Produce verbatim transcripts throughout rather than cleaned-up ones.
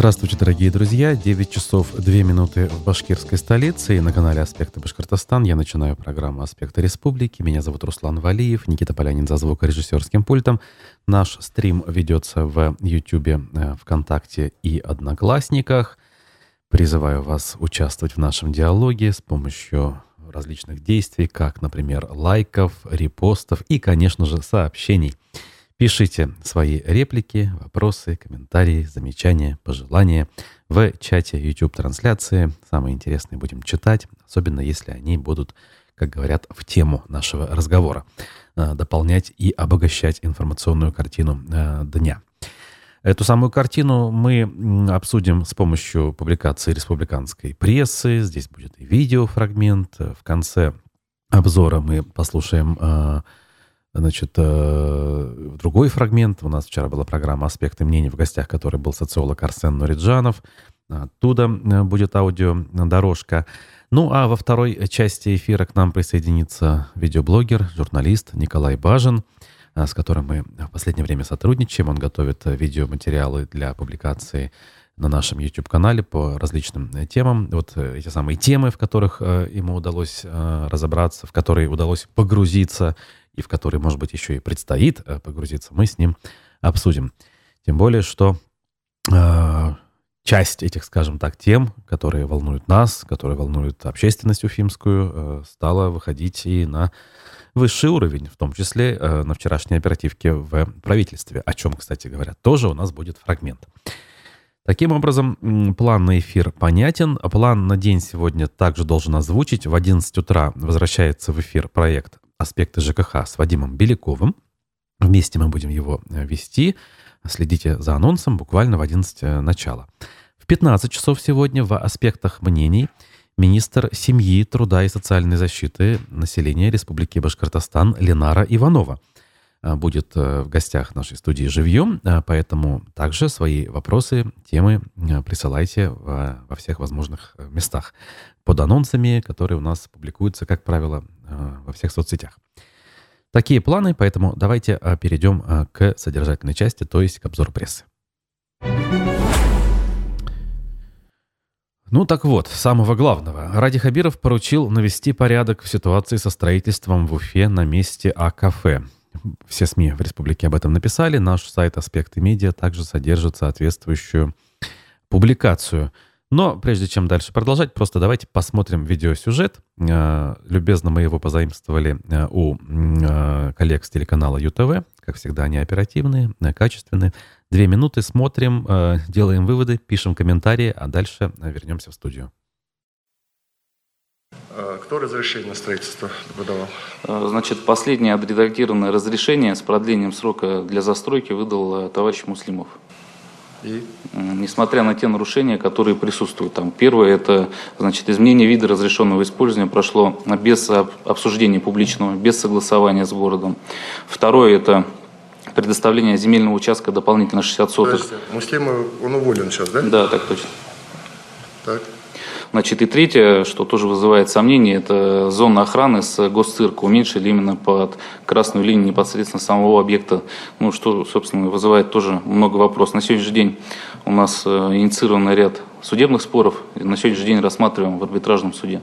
Здравствуйте, дорогие друзья. девять часов две минуты в башкирской столице. И на канале «Аспекты Башкортостан» я начинаю программу «Аспекты Республики». Меня зовут Руслан Валиев, Никита Полянин за звукорежиссерским пультом. Наш стрим ведется в Ютубе, ВКонтакте и Одноклассниках. Призываю вас участвовать в нашем диалоге с помощью различных действий, как, например, лайков, репостов и, конечно же, сообщений. Пишите свои реплики, вопросы, комментарии, замечания, пожелания в чате YouTube-трансляции. Самые интересные будем читать, особенно если они будут, как говорят, в тему нашего разговора, дополнять и обогащать информационную картину дня. Эту самую картину мы обсудим с помощью публикации республиканской прессы. Здесь будет и видеофрагмент. В конце обзора мы послушаем Значит, другой фрагмент. У нас вчера была программа «Аспекты мнений», в гостях в которой был социолог Арсен Нуриджанов. Оттуда будет аудиодорожка. Ну, а во второй части эфира к нам присоединится видеоблогер, журналист Николай Бажин, с которым мы в последнее время сотрудничаем. Он готовит видеоматериалы для публикации на нашем YouTube-канале по различным темам. Вот эти самые темы, в которых ему удалось разобраться, в которые удалось погрузиться, и в который, может быть, еще и предстоит погрузиться, мы с ним обсудим. Тем более, что э, часть этих, скажем так, тем, которые волнуют нас, которые волнуют общественность уфимскую, э, стала выходить и на высший уровень, в том числе э, на вчерашней оперативке в правительстве, о чем, кстати говоря, тоже у нас будет фрагмент. Таким образом, план на эфир понятен. План на день сегодня также должен озвучить. В одиннадцать утра возвращается в эфир проект «Аспекты ЖКХ» с Вадимом Беляковым. Вместе мы будем его вести. Следите за анонсом буквально в одиннадцать начала. В пятнадцать часов сегодня в «Аспектах мнений» министр семьи, труда и социальной защиты населения Республики Башкортостан Ленара Иванова будет в гостях нашей студии живьем, поэтому также свои вопросы, темы присылайте во всех возможных местах под анонсами, которые у нас публикуются, как правило, во всех соцсетях. Такие планы, поэтому давайте перейдем к содержательной части, то есть к обзору прессы. Ну так вот, самого главного. Ради Хабиров поручил навести порядок в ситуации со строительством в Уфе на месте А-кафе. Все СМИ в республике об этом написали. Наш сайт «Аспекты медиа» также содержит соответствующую публикацию. Но прежде чем дальше продолжать, просто давайте посмотрим видеосюжет. Любезно мы его позаимствовали у коллег с телеканала ЮТВ. Как всегда, они оперативные, качественные. Две минуты смотрим, делаем выводы, пишем комментарии, а дальше вернемся в студию. Кто разрешение на строительство выдавал? Значит, последнее отредактированное разрешение с продлением срока для застройки выдал товарищ Муслимов. И? Несмотря на те нарушения, которые присутствуют там. Первое, это, значит, изменение вида разрешенного использования прошло без обсуждения публичного, без согласования с городом. Второе, это предоставление земельного участка дополнительно шестьдесят соток. Подождите, Муслимов, он уволен сейчас, да? Да, так точно. Так. Значит, и третье, что тоже вызывает сомнения, это зона охраны с госцирка уменьшили именно под красную линию непосредственно самого объекта, ну, что, собственно, вызывает тоже много вопросов. На сегодняшний день у нас инициирован ряд судебных споров, и на сегодняшний день рассматриваем в арбитражном суде.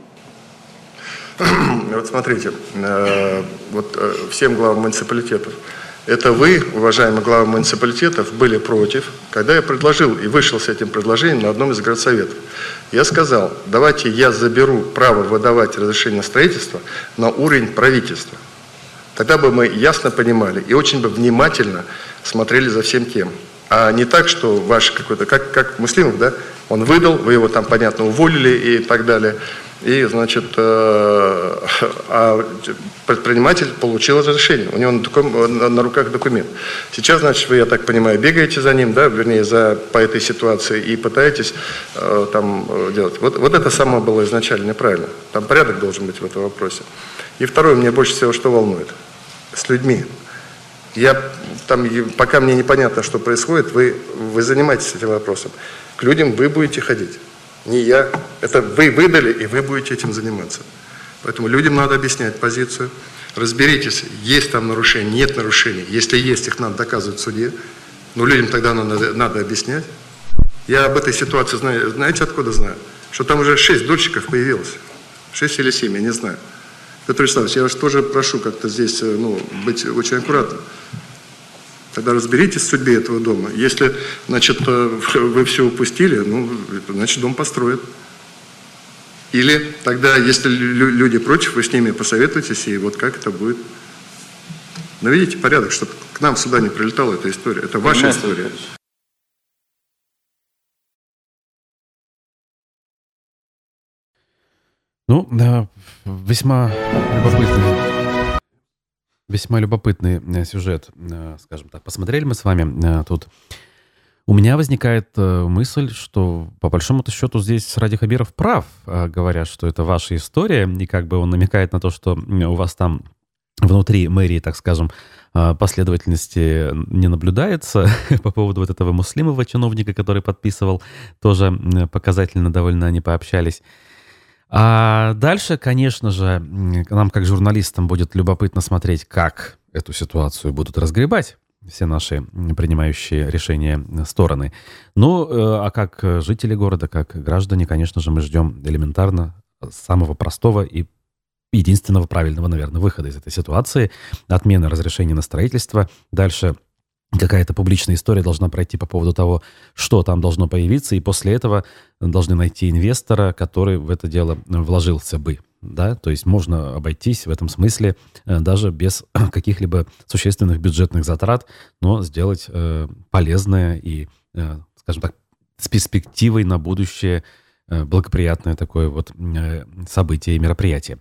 Вот смотрите, вот всем главам муниципалитетов, это вы, уважаемые главы муниципалитетов, были против, когда я предложил и вышел с этим предложением на одном из городсоветов. Я сказал, давайте я заберу право выдавать разрешение на строительство на уровень правительства. Тогда бы мы ясно понимали и очень бы внимательно смотрели за всем тем. А не так, что ваш какой-то, как, как Муслимов, да, он выдал, вы его там, понятно, уволили и так далее. И, значит, э, а предприниматель получил разрешение, у него на, таком, на руках документ. Сейчас, значит, вы, я так понимаю, бегаете за ним, да, вернее, за, по этой ситуации и пытаетесь э, там делать. Вот, вот это самое было изначально неправильно. Там порядок должен быть в этом вопросе. И второе, мне больше всего что волнует? С людьми. Я, там, пока мне непонятно, что происходит, вы, вы занимаетесь этим вопросом. К людям вы будете ходить. Не я. Это вы выдали, и вы будете этим заниматься. Поэтому людям надо объяснять позицию. Разберитесь, есть там нарушения, нет нарушений. Если есть, их надо доказывать в суде. Но людям тогда надо, надо объяснять. Я об этой ситуации знаю, знаете, откуда знаю? Что там уже шесть дольщиков появилось. Шесть или семь, я не знаю. Петр Вячеславович, я вас тоже прошу как-то здесь ну, быть очень аккуратным. Тогда разберитесь в судьбе этого дома. Если, значит, вы все упустили, ну, значит, дом построят. Или тогда, если люди против, вы с ними посоветуетесь, и вот как это будет. Наведите порядок, чтобы к нам сюда не прилетала эта история. Это ваша история. Ну, да, весьма любопытный, весьма любопытный сюжет, скажем так. Посмотрели мы с вами тут. У меня возникает мысль, что по большому-то счету здесь Ради Хабиров прав, говоря, что это ваша история, и как бы он намекает на то, что у вас там внутри мэрии, так скажем, последовательности не наблюдается по поводу вот этого Муслимова, чиновника, который подписывал, тоже показательно довольно они пообщались. А дальше, конечно же, нам, как журналистам, будет любопытно смотреть, как эту ситуацию будут разгребать все наши принимающие решения стороны. Ну, а как жители города, как граждане, конечно же, мы ждем элементарно самого простого и единственного правильного, наверное, выхода из этой ситуации. Отмена разрешения на строительство. Дальше какая-то публичная история должна пройти по поводу того, что там должно появиться, и после этого должны найти инвестора, который в это дело вложился бы. Да? То есть можно обойтись в этом смысле даже без каких-либо существенных бюджетных затрат, но сделать э, полезное и, э, скажем так, с перспективой на будущее э, благоприятное такое вот э, событие и мероприятие.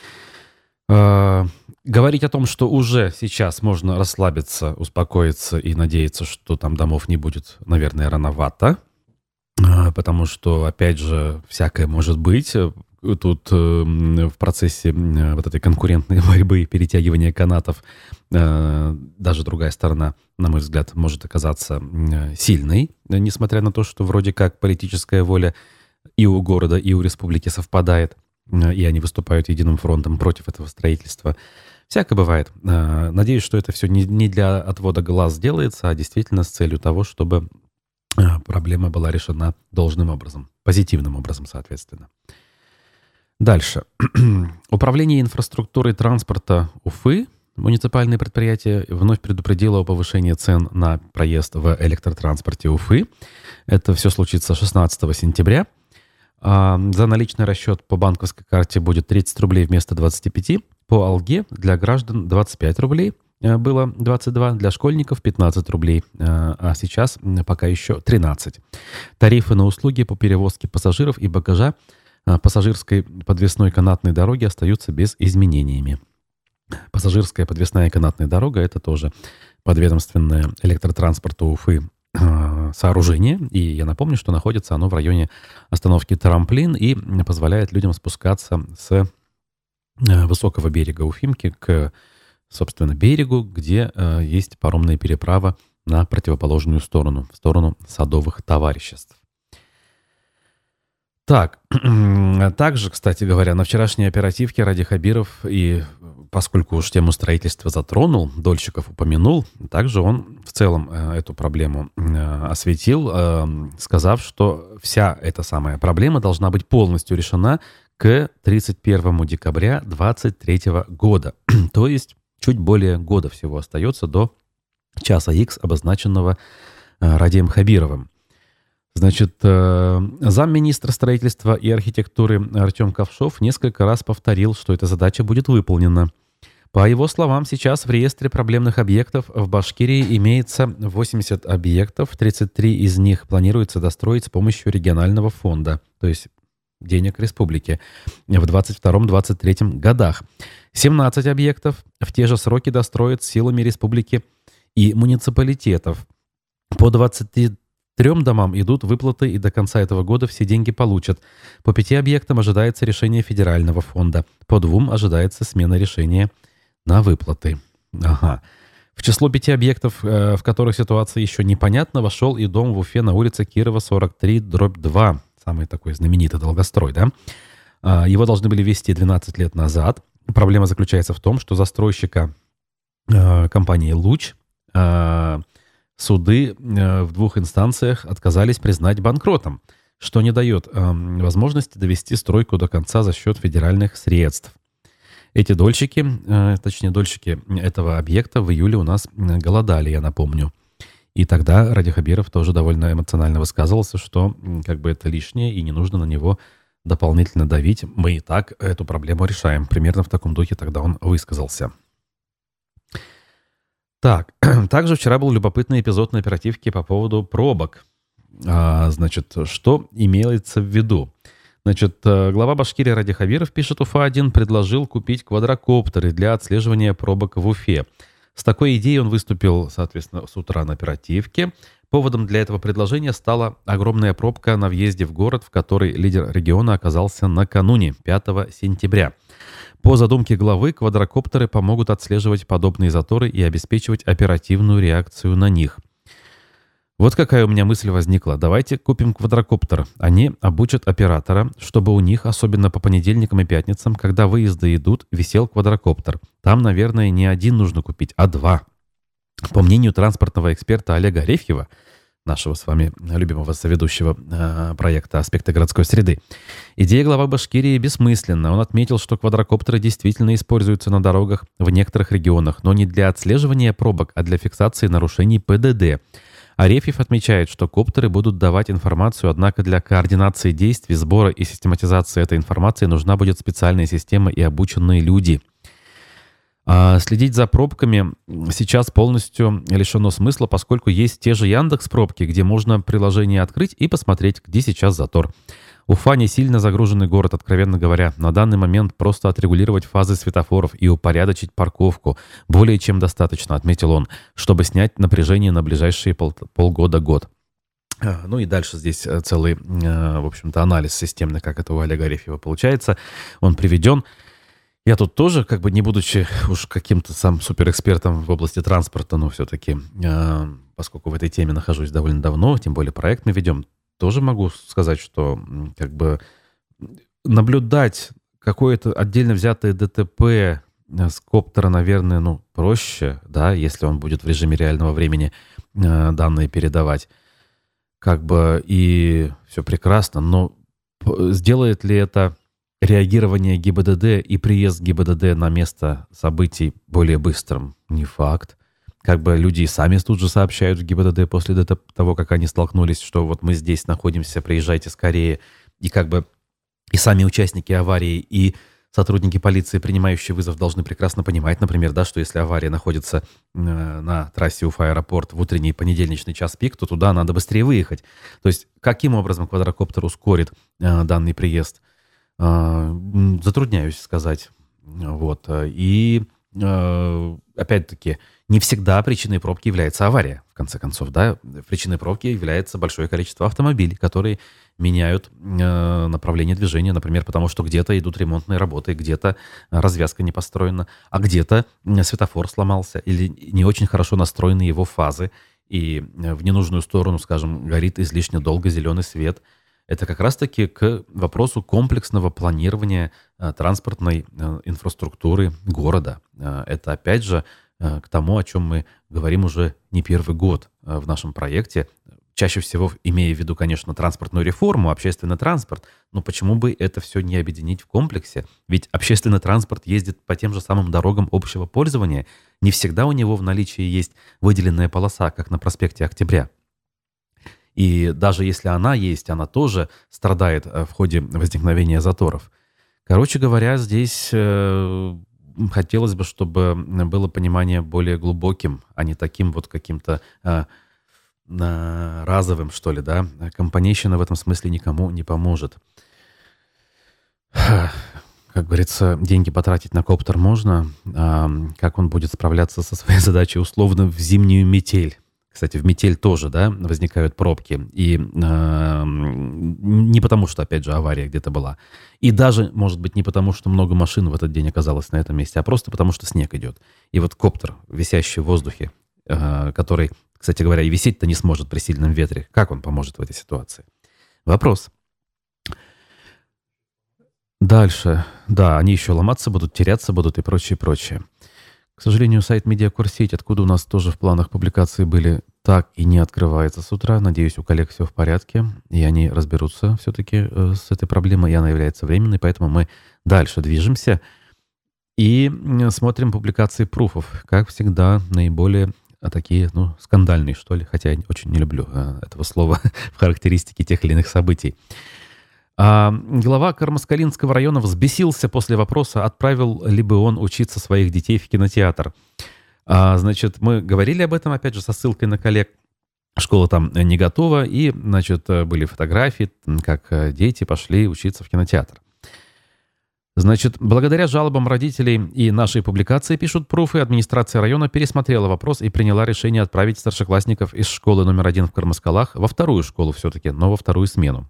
Э, говорить о том, что уже сейчас можно расслабиться, успокоиться и надеяться, что там домов не будет, наверное, рановато, э, потому что, опять же, всякое может быть. Тут э, в процессе э, вот этой конкурентной борьбы и перетягивания канатов э, даже другая сторона, на мой взгляд, может оказаться э, сильной, несмотря на то, что вроде как политическая воля и у города, и у республики совпадает, э, и они выступают единым фронтом против этого строительства. Всякое бывает. Э, надеюсь, что это все не, не для отвода глаз делается, а действительно с целью того, чтобы э, проблема была решена должным образом, позитивным образом, соответственно. Дальше. Управление инфраструктурой транспорта Уфы, муниципальное предприятие, вновь предупредило о повышении цен на проезд в электротранспорте Уфы. Это все случится шестнадцатого сентября. А за наличный расчет по банковской карте будет тридцать рублей вместо двадцати пяти. По Алге для граждан двадцать пять рублей. Было двадцать два, для школьников пятнадцать рублей, а сейчас пока еще тринадцать. Тарифы на услуги по перевозке пассажиров и багажа пассажирской подвесной канатной дороги остаются без изменениями. Пассажирская подвесная канатная дорога — это тоже подведомственное электротранспорту Уфы э, сооружение. И я напомню, что находится оно в районе остановки Трамплин и позволяет людям спускаться с э, высокого берега Уфимки к, собственно, берегу, где э, есть паромная переправа на противоположную сторону, в сторону садовых товариществ. Так, также, кстати говоря, на вчерашней оперативке Ради Хабиров, и поскольку уж тему строительства затронул, дольщиков упомянул, также он в целом эту проблему осветил, сказав, что вся эта самая проблема должна быть полностью решена к тридцать первому декабря две тысячи двадцать третьего года. То есть чуть более года всего остается до часа Х, обозначенного Радием Хабировым. Значит, замминистра строительства и архитектуры Артем Ковшов несколько раз повторил, что эта задача будет выполнена. По его словам, сейчас в реестре проблемных объектов в Башкирии имеется восемьдесят объектов, тридцать три из них планируется достроить с помощью регионального фонда, то есть денег республики, в двадцать втором — двадцать третьем годах. семнадцать объектов в те же сроки достроят силами республики и муниципалитетов. По двадцати трем домам идут выплаты, и до конца этого года все деньги получат. По пяти объектам ожидается решение федерального фонда. По двум ожидается смена решения на выплаты. Ага. В число пяти объектов, в которых ситуация еще непонятна, вошел и дом в Уфе на улице Кирова, сорок три, дробь два. Самый такой знаменитый долгострой, да? Его должны были ввести двенадцать лет назад. Проблема заключается в том, что застройщика компании «Луч» суды в двух инстанциях отказались признать банкротом, что не дает возможности довести стройку до конца за счет федеральных средств. Эти дольщики, точнее дольщики этого объекта в июле у нас голодали, я напомню. И тогда Ради Хабиров тоже довольно эмоционально высказывался, что как бы это лишнее и не нужно на него дополнительно давить. Мы и так эту проблему решаем. Примерно в таком духе тогда он высказался. Так, также вчера был любопытный эпизод на оперативке по поводу пробок. А, значит, что имеется в виду? Значит, глава Башкирии Ради Хабиров, пишет Уфа один, предложил купить квадрокоптеры для отслеживания пробок в Уфе. С такой идеей он выступил, соответственно, с утра на оперативке. Поводом для этого предложения стала огромная пробка на въезде в город, в которой лидер региона оказался накануне, пятого сентября. По задумке главы, квадрокоптеры помогут отслеживать подобные заторы и обеспечивать оперативную реакцию на них. Вот какая у меня мысль возникла. Давайте купим квадрокоптер. Они обучат оператора, чтобы у них, особенно по понедельникам и пятницам, когда выезды идут, висел квадрокоптер. Там, наверное, не один нужно купить, а два. По мнению транспортного эксперта Олега Арефьева, нашего с вами любимого соведущего э, проекта «Аспекты городской среды», идея главы Башкирии бессмысленна. Он отметил, что квадрокоптеры действительно используются на дорогах в некоторых регионах, но не для отслеживания пробок, а для фиксации нарушений ПДД. Арефьев отмечает, что коптеры будут давать информацию, однако для координации действий, сбора и систематизации этой информации нужна будет специальная система и обученные люди. А следить за пробками сейчас полностью лишено смысла, поскольку есть те же Яндекс.Пробки, где можно приложение открыть и посмотреть, где сейчас затор. Уфа не сильно загруженный город, откровенно говоря. На данный момент просто отрегулировать фазы светофоров и упорядочить парковку более чем достаточно, отметил он, чтобы снять напряжение на ближайшие пол- полгода-год. Ну и дальше здесь целый, в общем-то, анализ системный, как это у Олега Арефьева получается, он приведен. Я тут тоже, как бы не будучи уж каким-то сам суперэкспертом в области транспорта, но все-таки, э, поскольку в этой теме нахожусь довольно давно, тем более проект мы ведем, тоже могу сказать, что как бы наблюдать какое-то отдельно взятое ДТП с коптера, наверное, ну, проще, да, если он будет в режиме реального времени э, данные передавать. Как бы и все прекрасно, но сделает ли это реагирование ГИБДД и приезд ГИБДД на место событий более быстрым? Не факт. Как бы люди и сами тут же сообщают в ГИБДД после того, как они столкнулись, что вот мы здесь находимся, приезжайте скорее. И как бы и сами участники аварии, и сотрудники полиции, принимающие вызов, должны прекрасно понимать, например, да, что если авария находится э, на трассе Уфа-аэропорт в утренний понедельничный час пик, то туда надо быстрее выехать. То есть каким образом квадрокоптер ускорит э, данный приезд? Затрудняюсь сказать. Вот. И опять-таки, не всегда причиной пробки является авария, в конце концов. Да? Причиной пробки является большое количество автомобилей, которые меняют направление движения, например, потому что где-то идут ремонтные работы, где-то развязка не построена, а где-то светофор сломался или не очень хорошо настроены его фазы, и в ненужную сторону, скажем, горит излишне долго зеленый свет. Это как раз-таки к вопросу комплексного планирования э, транспортной э, инфраструктуры города. Э, это, опять же, э, к тому, о чем мы говорим уже не первый год э, в нашем проекте. Чаще всего имея в виду, конечно, транспортную реформу, общественный транспорт. Но почему бы это все не объединить в комплексе? Ведь общественный транспорт ездит по тем же самым дорогам общего пользования. Не всегда у него в наличии есть выделенная полоса, как на проспекте Октября. И даже если она есть, она тоже страдает в ходе возникновения заторов. Короче говоря, здесь э, хотелось бы, чтобы было понимание более глубоким, а не таким вот каким-то э, э, разовым, что ли, да. Компанейщина в этом смысле никому не поможет. Как говорится, деньги потратить на коптер можно, а как он будет справляться со своей задачей условно в зимнюю метель? Кстати, в метель тоже, да, возникают пробки. И э, не потому, что, опять же, авария где-то была. И даже, может быть, не потому, что много машин в этот день оказалось на этом месте, а просто потому, что снег идет. И вот коптер, висящий в воздухе, э, который, кстати говоря, и висеть-то не сможет при сильном ветре. Как он поможет в этой ситуации? Вопрос. Дальше. Да, они еще ломаться будут, теряться будут и прочее, прочее. К сожалению, сайт Медиакурсеть, откуда у нас тоже в планах публикации были, так и не открывается с утра. Надеюсь, у коллег все в порядке, и они разберутся все-таки с этой проблемой, и она является временной, поэтому мы дальше движемся и смотрим публикации пруфов. Как всегда, наиболее такие, ну, скандальные, что ли, хотя я очень не люблю этого слова в характеристике тех или иных событий. А глава Кармаскалинского района взбесился после вопроса, отправил ли бы он учиться своих детей в кинотеатр. А, значит, мы говорили об этом, опять же, со ссылкой на коллег. Школа там не готова, и, значит, были фотографии, как дети пошли учиться в кинотеатр. Значит, благодаря жалобам родителей и нашей публикации, пишут пруфы, администрация района пересмотрела вопрос и приняла решение отправить старшеклассников из школы номер один в Кармаскалах во вторую школу все-таки, но во вторую смену.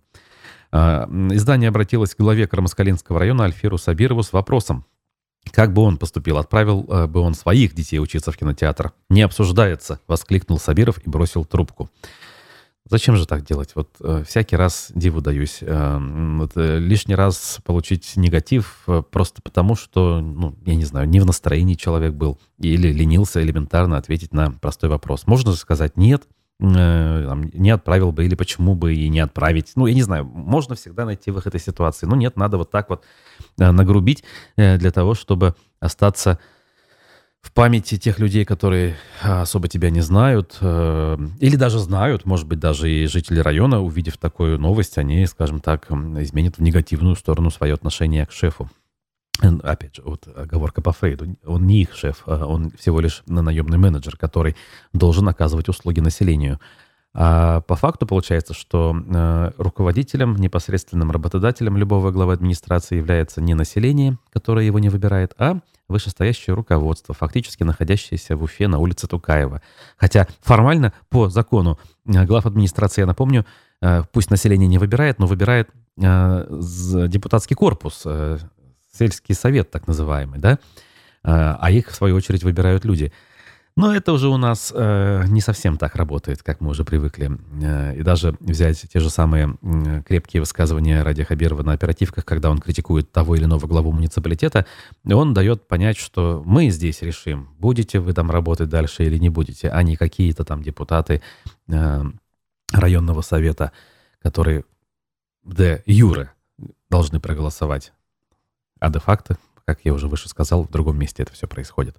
Издание обратилось к главе Кармаскалинского района Альфиру Сабирову с вопросом, как бы он поступил, отправил бы он своих детей учиться в кинотеатр. «Не обсуждается», — воскликнул Сабиров и бросил трубку. Зачем же так делать? Вот э, всякий раз диву даюсь. Э, вот, э, лишний раз получить негатив э, просто потому, что, ну, я не знаю, не в настроении человек был или ленился элементарно ответить на простой вопрос. Можно же сказать «нет», э, там, не отправил бы, или почему бы и не отправить. Ну, я не знаю, можно всегда найти выход из ситуации. Но нет, надо вот так вот э, нагрубить э, для того, чтобы остаться в памяти тех людей, которые особо тебя не знают, э, или даже знают, может быть, даже и жители района, увидев такую новость, они, скажем так, изменят в негативную сторону свое отношение к шефу. Опять же, вот оговорка по Фрейду. Он не их шеф, он всего лишь наемный менеджер, который должен оказывать услуги населению. А по факту получается, что э, руководителем, непосредственным работодателем любого главы администрации является не население, которое его не выбирает, а вышестоящее руководство, фактически находящееся в Уфе на улице Тукаева. Хотя формально, по закону глав администрации, я напомню, э, пусть население не выбирает, но выбирает э, депутатский корпус, э, сельский совет так называемый, да, э, а их, в свою очередь, выбирают люди. Но это уже у нас э, не совсем так работает, как мы уже привыкли. Э, и даже взять те же самые э, крепкие высказывания Ради Хабирова на оперативках, когда он критикует того или иного главу муниципалитета, он дает понять, что мы здесь решим, будете вы там работать дальше или не будете, а не какие-то там депутаты э, районного совета, которые де юре должны проголосовать. А де-факто, как я уже выше сказал, в другом месте это все происходит.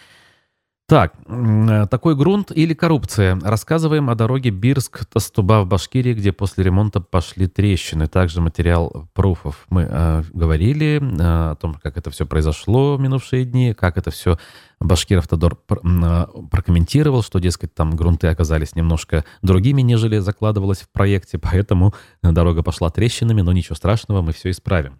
Так, такой грунт или коррупция. Рассказываем о дороге Бирск-Тастуба в Башкирии, где после ремонта пошли трещины. Также материал пруфов. Мы э, говорили э, о том, как это все произошло в минувшие дни, как это все Башкир-Автодор пр- э, прокомментировал, что, дескать, там грунты оказались немножко другими, нежели закладывалось в проекте, поэтому дорога пошла трещинами, но ничего страшного, мы все исправим.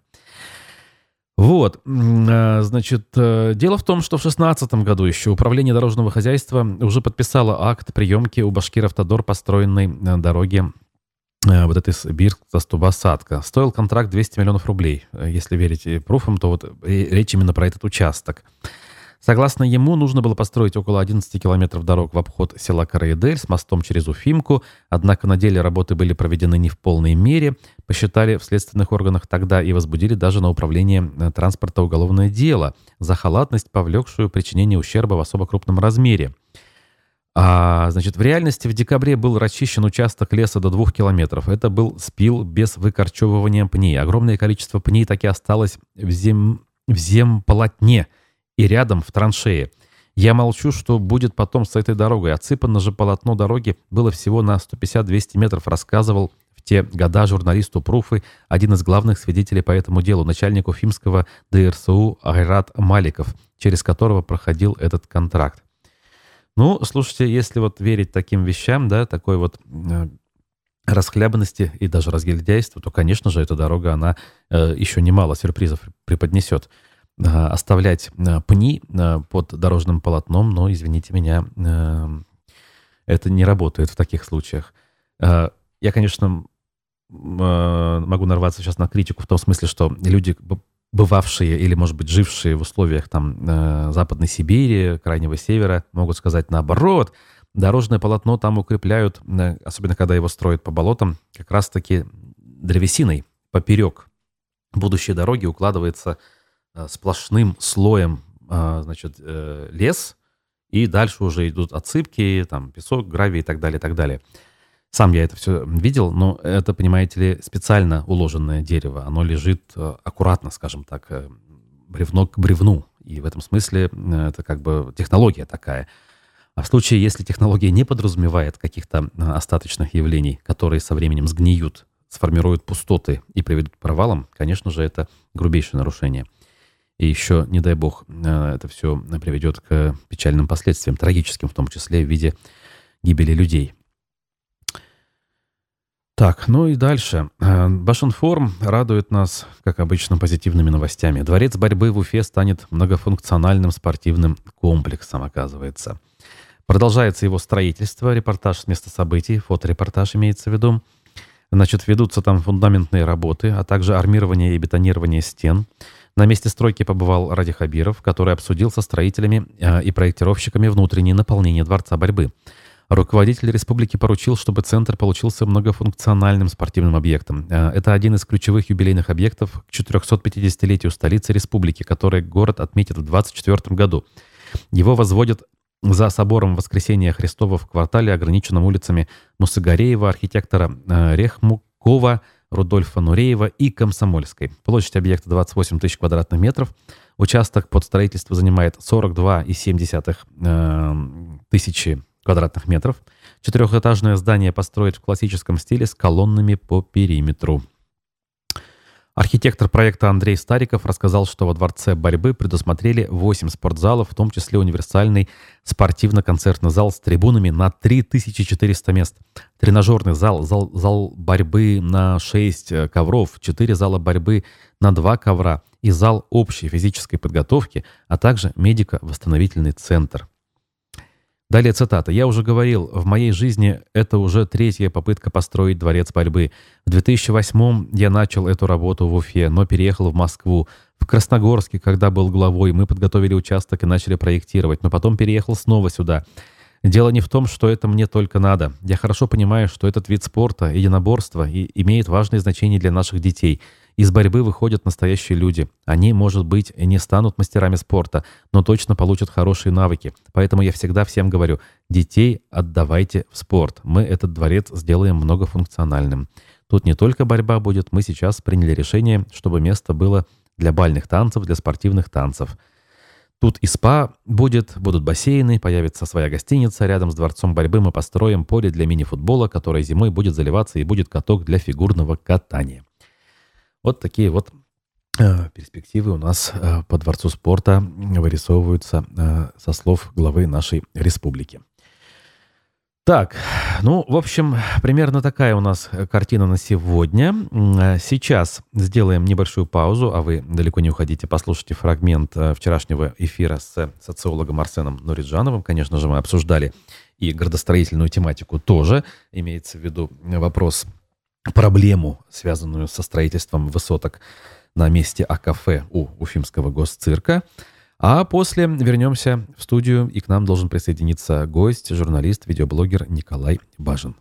Вот, значит, дело в том, что в шестнадцатом году еще Управление дорожного хозяйства уже подписало акт приемки у Башкир-Автодор построенной дороги вот этой Бирск-Тастуба-Сатка. Стоил контракт двести миллионов рублей. Если верить пруфам, то вот речь именно про этот участок. Согласно ему, нужно было построить около одиннадцати километров дорог в обход села Караидель с мостом через Уфимку, однако на деле работы были проведены не в полной мере, посчитали в следственных органах тогда и возбудили даже на управление транспорта уголовное дело за халатность, повлекшую причинение ущерба в особо крупном размере. А, значит, в реальности в декабре был расчищен участок леса до двух километров. Это был спил без выкорчевывания пней. Огромное количество пней так и осталось в, зем... в земполотне и рядом в траншее. Я молчу, что будет потом с этой дорогой. Отсыпано же полотно дороги было всего на сто пятьдесят - двести метров, рассказывал в те года журналисту пруфы один из главных свидетелей по этому делу, начальник уфимского ДРСУ Айрат Маликов, через которого проходил этот контракт. Ну, слушайте, если вот верить таким вещам, да, такой вот э, расхлябанности и даже разгильдяйству, то, конечно же, эта дорога, она э, еще немало сюрпризов преподнесет. Оставлять пни под дорожным полотном, но, извините меня, это не работает в таких случаях. Я, конечно, могу нарваться сейчас на критику в том смысле, что люди, бывавшие или, может быть, жившие в условиях там Западной Сибири, Крайнего Севера, могут сказать наоборот. Дорожное полотно там укрепляют, особенно когда его строят по болотам, как раз-таки древесиной поперек будущей дороги укладывается сплошным слоем значит, лес, и дальше уже идут отсыпки, там, песок, гравий и так далее, и так далее. Сам я это все видел, но это, понимаете ли, специально уложенное дерево. Оно лежит аккуратно, скажем так, бревно к бревну. И в этом смысле это как бы технология такая. А в случае, если технология не подразумевает каких-то остаточных явлений, которые со временем сгниют, сформируют пустоты и приведут к провалам, конечно же, это грубейшее нарушение. И еще, не дай бог, это все приведет к печальным последствиям, трагическим в том числе, в виде гибели людей. Так, ну и дальше. Башинформ радует нас, как обычно, позитивными новостями. Дворец борьбы в Уфе станет многофункциональным спортивным комплексом, оказывается. Продолжается его строительство, репортаж с места событий, фоторепортаж имеется в виду. Значит, ведутся там фундаментные работы, а также армирование и бетонирование стен. На месте стройки побывал Ради Хабиров, который обсудил со строителями и проектировщиками внутреннее наполнение Дворца борьбы. Руководитель республики поручил, чтобы центр получился многофункциональным спортивным объектом. Это один из ключевых юбилейных объектов к четырехсотпятидесятилетию столицы республики, который город отметит в двадцать четвёртом году. Его возводят за собором Воскресения Христова в квартале, ограниченном улицами Мусагареева, архитектора Рехмукова, Рудольфа Нуреева и Комсомольской. Площадь объекта двадцать восемь тысяч квадратных метров. Участок под строительство занимает сорок два и семь десятых тысячи квадратных метров. Четырехэтажное здание построят в классическом стиле с колоннами по периметру. Архитектор проекта Андрей Стариков рассказал, что во Дворце борьбы предусмотрели восемь спортзалов, в том числе универсальный спортивно-концертный зал с трибунами на три тысячи четыреста мест, тренажерный зал, зал, зал борьбы на шесть ковров, четыре зала борьбы на два ковра и зал общей физической подготовки, а также медико-восстановительный центр. Далее цитата. «Я уже говорил, в моей жизни это уже третья попытка построить дворец борьбы. В две тысячи восьмом я начал эту работу в Уфе, но переехал в Москву. В Красногорске, когда был главой, мы подготовили участок и начали проектировать, но потом переехал снова сюда. Дело не в том, что это мне только надо. Я хорошо понимаю, что этот вид спорта, единоборства, и имеет важное значение для наших детей. Из борьбы выходят настоящие люди. Они, может быть, не станут мастерами спорта, но точно получат хорошие навыки. Поэтому я всегда всем говорю, детей отдавайте в спорт. Мы этот дворец сделаем многофункциональным. Тут не только борьба будет, мы сейчас приняли решение, чтобы место было для бальных танцев, для спортивных танцев. Тут и спа будет, будут бассейны, появится своя гостиница. Рядом с дворцом борьбы мы построим поле для мини-футбола, которое зимой будет заливаться, и будет каток для фигурного катания». Вот такие вот э, перспективы у нас э, по Дворцу спорта вырисовываются э, со слов главы нашей республики. Так, ну, в общем, примерно такая у нас картина на сегодня. Сейчас сделаем небольшую паузу, а вы далеко не уходите, послушайте фрагмент вчерашнего эфира с социологом Арсеном Нуриджановым. Конечно же, мы обсуждали и градостроительную тематику тоже, имеется в виду вопрос, проблему, связанную со строительством высоток на месте АКФ у Уфимского госцирка. А после вернемся в студию, и к нам должен присоединиться гость, журналист, видеоблогер Николай Бажин.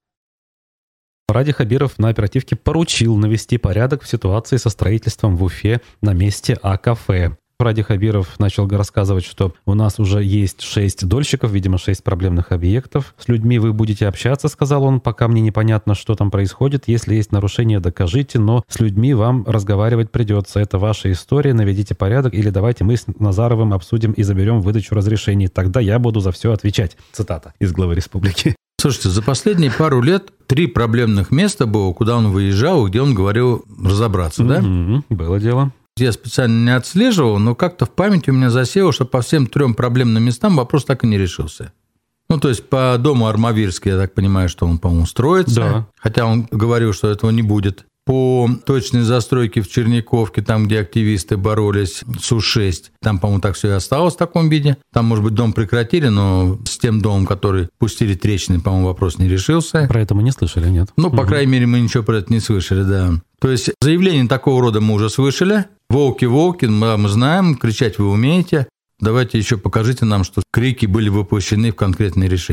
Ради Хабиров на оперативке поручил навести порядок в ситуации со строительством в Уфе на месте АКФ. Ради Хабиров начал рассказывать, что у нас уже есть шесть дольщиков, видимо, шесть проблемных объектов. С людьми вы будете общаться, сказал он, пока мне непонятно, что там происходит. Если есть нарушения, докажите, но с людьми вам разговаривать придется. Это ваша история, наведите порядок, или давайте мы с Назаровым обсудим и заберем выдачу разрешений. Тогда я буду за все отвечать. Цитата из главы республики. Слушайте, за последние пару лет три проблемных места было, куда он выезжал, где он говорил разобраться, да? Mm-hmm, было дело. Я специально не отслеживал, но как-то в памяти у меня засело, что по всем трем проблемным местам вопрос так и не решился. Ну, то есть, по дому Армавирский, я так понимаю, что он, по-моему, строится. Да. Хотя он говорил, что этого не будет. По точной застройке в Черниковке, там, где активисты боролись с У шесть, там, по-моему, так все и осталось в таком виде. Там, может быть, дом прекратили, но с тем домом, который пустили трещины, по-моему, вопрос не решился. Про это мы не слышали, нет? Ну, по угу. крайней мере, мы ничего про это не слышали, да. То есть, заявление такого рода мы уже слышали. Волки, волки, мы знаем, кричать вы умеете. Давайте еще покажите нам, что крики были воплощены в конкретные решения.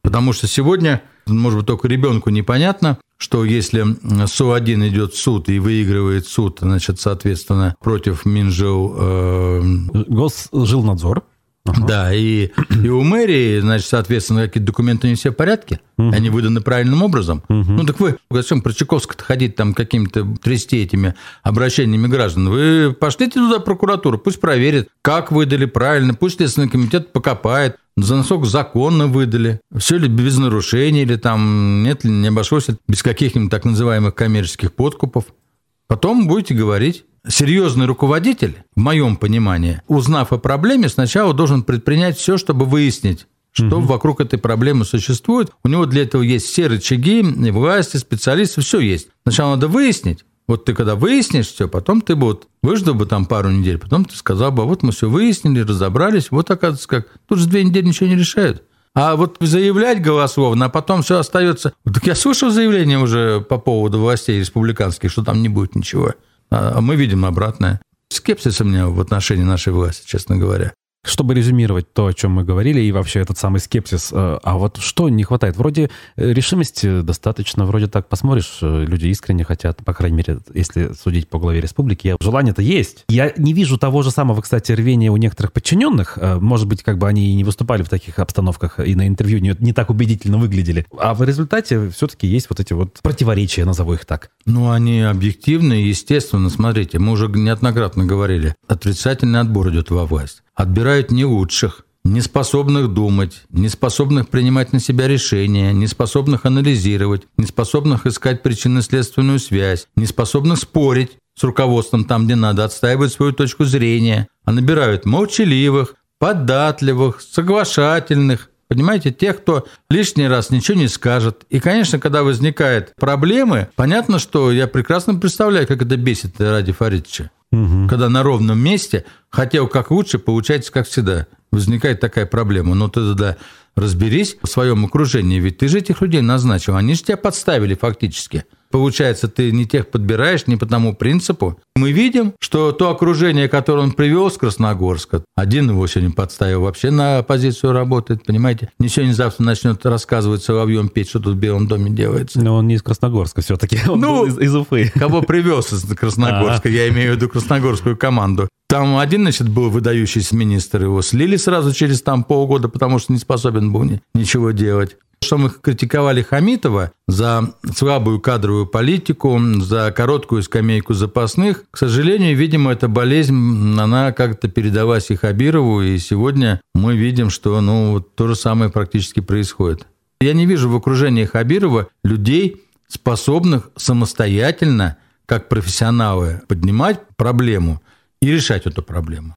Потому что сегодня, может быть, только ребенку непонятно, что если СО один идет в суд и выигрывает суд, значит, соответственно, против Минжил... Э... Госжилнадзор. Ага. Да, и, и у мэрии, значит, соответственно, какие-то документы не все в порядке, угу. они выданы правильным образом. Угу. Ну так вы, зачем про Чайковского-то ходить там какими-то трясти этими обращениями граждан? Вы пошлите туда прокуратуру, пусть проверит, как выдали правильно, пусть Следственный комитет покопает, за насколько законно выдали, все ли без нарушений, или там нет ли, не обошлось без каких-нибудь так называемых коммерческих подкупов. Потом будете говорить. Серьезный руководитель, в моем понимании, узнав о проблеме, сначала должен предпринять все, чтобы выяснить, что угу. вокруг этой проблемы существует. У него для этого есть все рычаги, и власти, специалисты, все есть. Сначала надо выяснить. Вот ты когда выяснишь все, потом ты бы вот выждал бы там пару недель, потом ты сказал бы, вот мы все выяснили, разобрались, вот оказывается как. Тут же две недели ничего не решают. А вот заявлять голословно, а потом все остается. Так я слышал заявление уже по поводу властей республиканских, что там не будет ничего. А мы видим обратное. Скепсис у меня в отношении нашей власти, честно говоря. Чтобы резюмировать то, о чем мы говорили, и вообще этот самый скепсис, а вот что не хватает? Вроде решимости достаточно, вроде так посмотришь, люди искренне хотят, по крайней мере, если судить по главе республики, желание-то есть. Я не вижу того же самого, кстати, рвения у некоторых подчиненных. Может быть, как бы они и не выступали в таких обстановках, и на интервью не, не так убедительно выглядели. А в результате все-таки есть вот эти вот противоречия, назову их так. Ну, они объективны, естественно. Смотрите, мы уже неоднократно говорили, отрицательный отбор идет во власть. Отбирают не лучших, не способных думать, не способных принимать на себя решения, не способных анализировать, не способных искать причинно-следственную связь, не способных спорить с руководством там, где надо, отстаивать свою точку зрения, а набирают молчаливых, податливых, соглашательных, понимаете, тех, кто лишний раз ничего не скажет. И, конечно, когда возникают проблемы, понятно, что я прекрасно представляю, как это бесит Ради Фаритовича. Угу. Когда на ровном месте хотел как лучше, получается как всегда. Возникает такая проблема. Но ты тогда разберись в своем окружении, ведь ты же этих людей назначил, они же тебя подставили фактически. Получается, ты не тех подбираешь не по тому принципу. Мы видим, что то окружение, которое он привел с Красногорска, один его сегодня подставил, вообще на оппозицию работает, понимаете? Не сегодня-завтра начнет рассказывать соловьем петь, что тут в Белом доме делается. Но он не из Красногорска все-таки, он ну, из, из Уфы. Кого привез из Красногорска, я имею в виду красногорскую команду. Там один, значит, был выдающийся министр, его слили сразу через там полгода, потому что не способен был ничего делать. Что мы критиковали Хамитова за слабую кадровую политику, за короткую скамейку запасных, к сожалению, видимо, эта болезнь, она как-то передалась и Хабирову, и сегодня мы видим, что ну, вот то же самое практически происходит. Я не вижу в окружении Хабирова людей, способных самостоятельно, как профессионалы, поднимать проблему и решать эту проблему.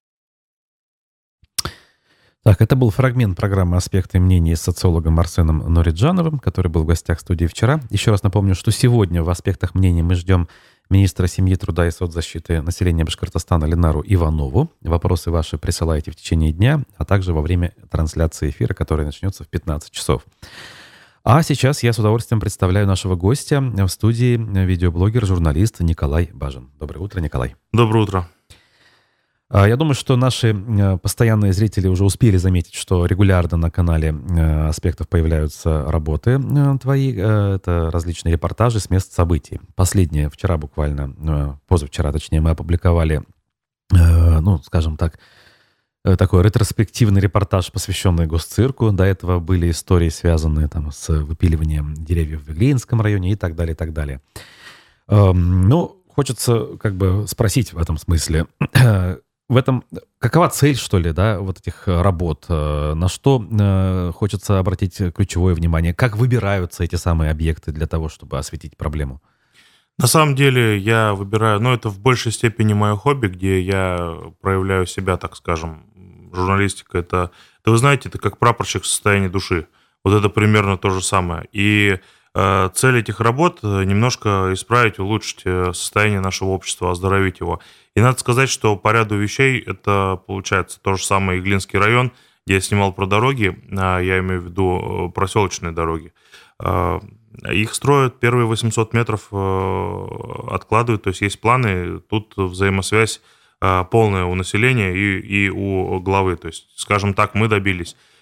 Так, это был фрагмент программы «Аспекты мнений» с социологом Арсеном Нориджановым, который был в гостях студии вчера. Еще раз напомню, что сегодня в «Аспектах мнений» мы ждем министра семьи, труда и соцзащиты населения Башкортостана Ленару Иванову. Вопросы ваши присылайте в течение дня, а также во время трансляции эфира, которая начнется в пятнадцать часов. А сейчас я с удовольствием представляю нашего гостя в студии, видеоблогер, журналист Николай Бажин. Доброе утро, Николай. Доброе утро. Я думаю, что наши постоянные зрители уже успели заметить, что регулярно на канале «Аспектов» появляются работы твои. Это различные репортажи с мест событий. Последнее, вчера буквально, позавчера, точнее, мы опубликовали, ну, скажем так, такой ретроспективный репортаж, посвященный госцирку. До этого были истории, связанные там, с выпиливанием деревьев в Иглинском районе и так далее, и так далее. Ну, хочется как бы спросить в этом смысле... В этом какова цель, что ли, да, вот этих работ? На что э, хочется обратить ключевое внимание? Как выбираются эти самые объекты для того, чтобы осветить проблему? На самом деле я выбираю, ну, это в большей степени мое хобби, где я проявляю себя, так скажем. Журналистика — это, это вы знаете, это как прапорщик в состоянии души. Вот это примерно то же самое. И э, цель этих работ — немножко исправить, улучшить состояние нашего общества, оздоровить его. И надо сказать, что по ряду вещей это получается то же самое Иглинский район, где я снимал про дороги, я имею в виду проселочные дороги. Их строят, первые восемьсот метров откладывают, то есть есть планы, тут взаимосвязь полная у населения и, и у главы. То есть, скажем так, мы добились.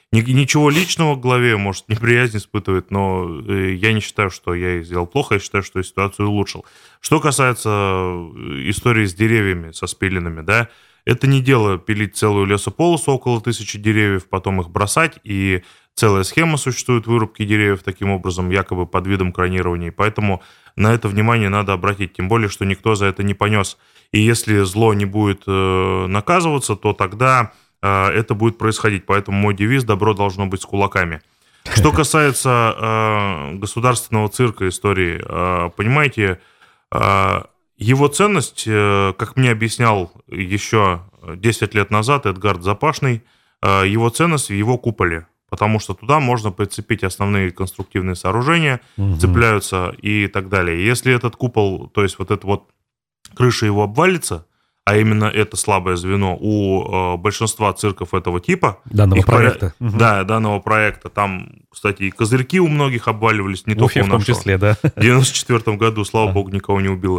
Ничего личного к главе, может, неприязнь испытывает, но я не считаю, что я сделал плохо, я считаю, что я ситуацию улучшил. Что касается истории с деревьями, со спиленными, да, это не дело пилить целую лесополосу, около тысячи деревьев, потом их бросать, и целая схема существует вырубки деревьев таким образом, якобы под видом кронирования, поэтому на это внимание надо обратить, тем более, что никто за это не понес. И если зло не будет э, наказываться, то тогда э, это будет происходить. Поэтому мой девиз «добро должно быть с кулаками». Что касается э, государственного цирка истории, э, понимаете, э, его ценность, э, как мне объяснял еще десять лет назад Эдгард Запашный, э, его ценность в его куполе. Потому что туда можно прицепить основные конструктивные сооружения, угу. цепляются и так далее. Если этот купол, то есть вот эта вот крыша его обвалится, а именно это слабое звено у э, большинства цирков этого типа. Данного проекта. Про... Угу. Да, данного проекта. Там, кстати, и козырьки у многих обваливались, не только у нашего. В том числе, да. В девяносто четвёртом году, слава богу, никого не убило.